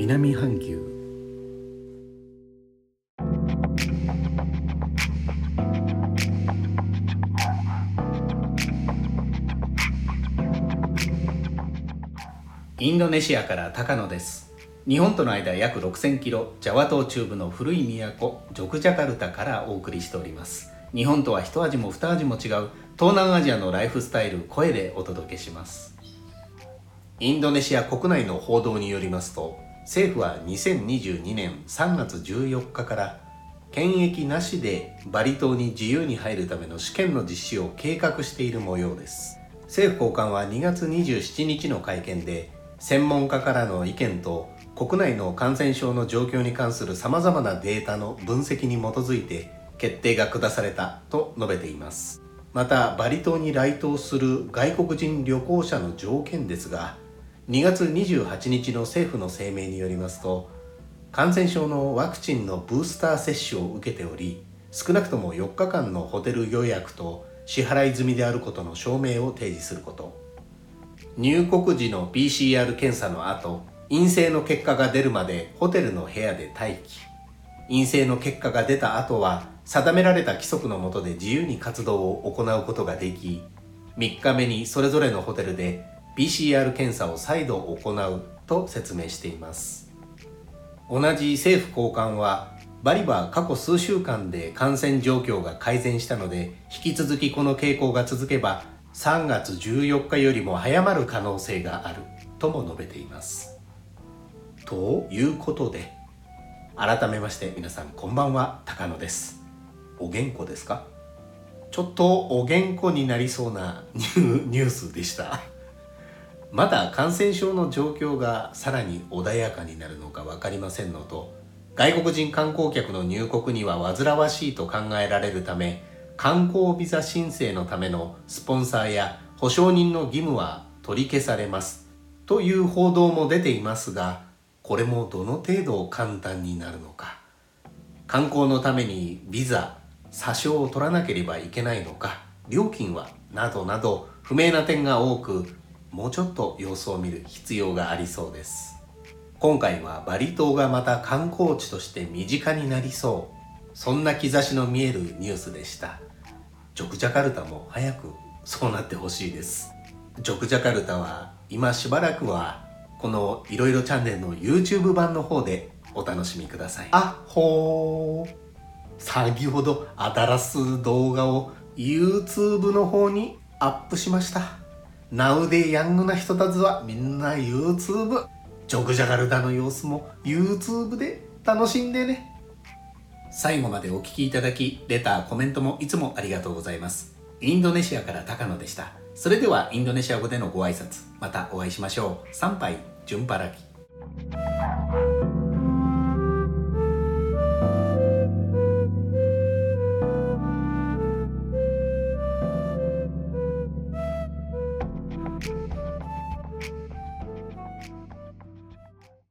南半球。インドネシアから高野です。日本との間約6000キロ、ジャワ島中部の古い都ジョクジャカルタからお送りしております。日本とは一味も二味も違う東南アジアのライフスタイル、声でお届けします。インドネシア国内の報道によりますと、政府は2022年3月14日から検疫なしでバリ島に自由に入るための試験の実施を計画している模様です。政府高官は2月27日の会見で、専門家からの意見と国内の感染症の状況に関するさまざまなデータの分析に基づいて決定が下されたと述べています。またバリ島に来島する外国人旅行者の条件ですが、2月28日の政府の声明によりますと、感染症のワクチンのブースター接種を受けており、少なくとも4日間のホテル予約と支払い済みであることの証明を提示すること、入国時の PCR 検査の後、陰性の結果が出るまでホテルの部屋で待機、陰性の結果が出た後は定められた規則の下で自由に活動を行うことができ、3日目にそれぞれのホテルで PCR 検査を再度行うと説明しています。同じ政府高官は、バリは過去数週間で感染状況が改善したので、引き続きこの傾向が続けば3月14日よりも早まる可能性があるとも述べています。ということで、改めまして皆さんこんばんは、高野です。お元気ですか？ちょっとお元気になりそうなニュースでした。まだ感染症の状況がさらに穏やかになるのか分かりませんのと、外国人観光客の入国には煩わしいと考えられるため、観光ビザ申請のためのスポンサーや保証人の義務は取り消されますという報道も出ていますが、これもどの程度簡単になるのか、観光のためにビザ、査証を取らなければいけないのか、料金はなどなど不明な点が多く、もうちょっと様子を見る必要がありそうです。今回はバリ島がまた観光地として身近になりそう、そんな兆しの見えるニュースでした。ジョクジャカルタも早くそうなってほしいです。ジョクジャカルタは今しばらくはこのいろいろチャンネルの YouTube 版の方でお楽しみください。あほー、先ほど新しい動画を YouTube の方にアップしました。Nowでヤングな人たちはみんな YouTube、 ジョクジャカルタの様子も YouTube で楽しんでね。最後までお聞きいただき、レター、コメントもいつもありがとうございます。インドネシアから高野でした。それではインドネシア語でのご挨拶、またお会いしましょう。参拝、ジュンパラキ。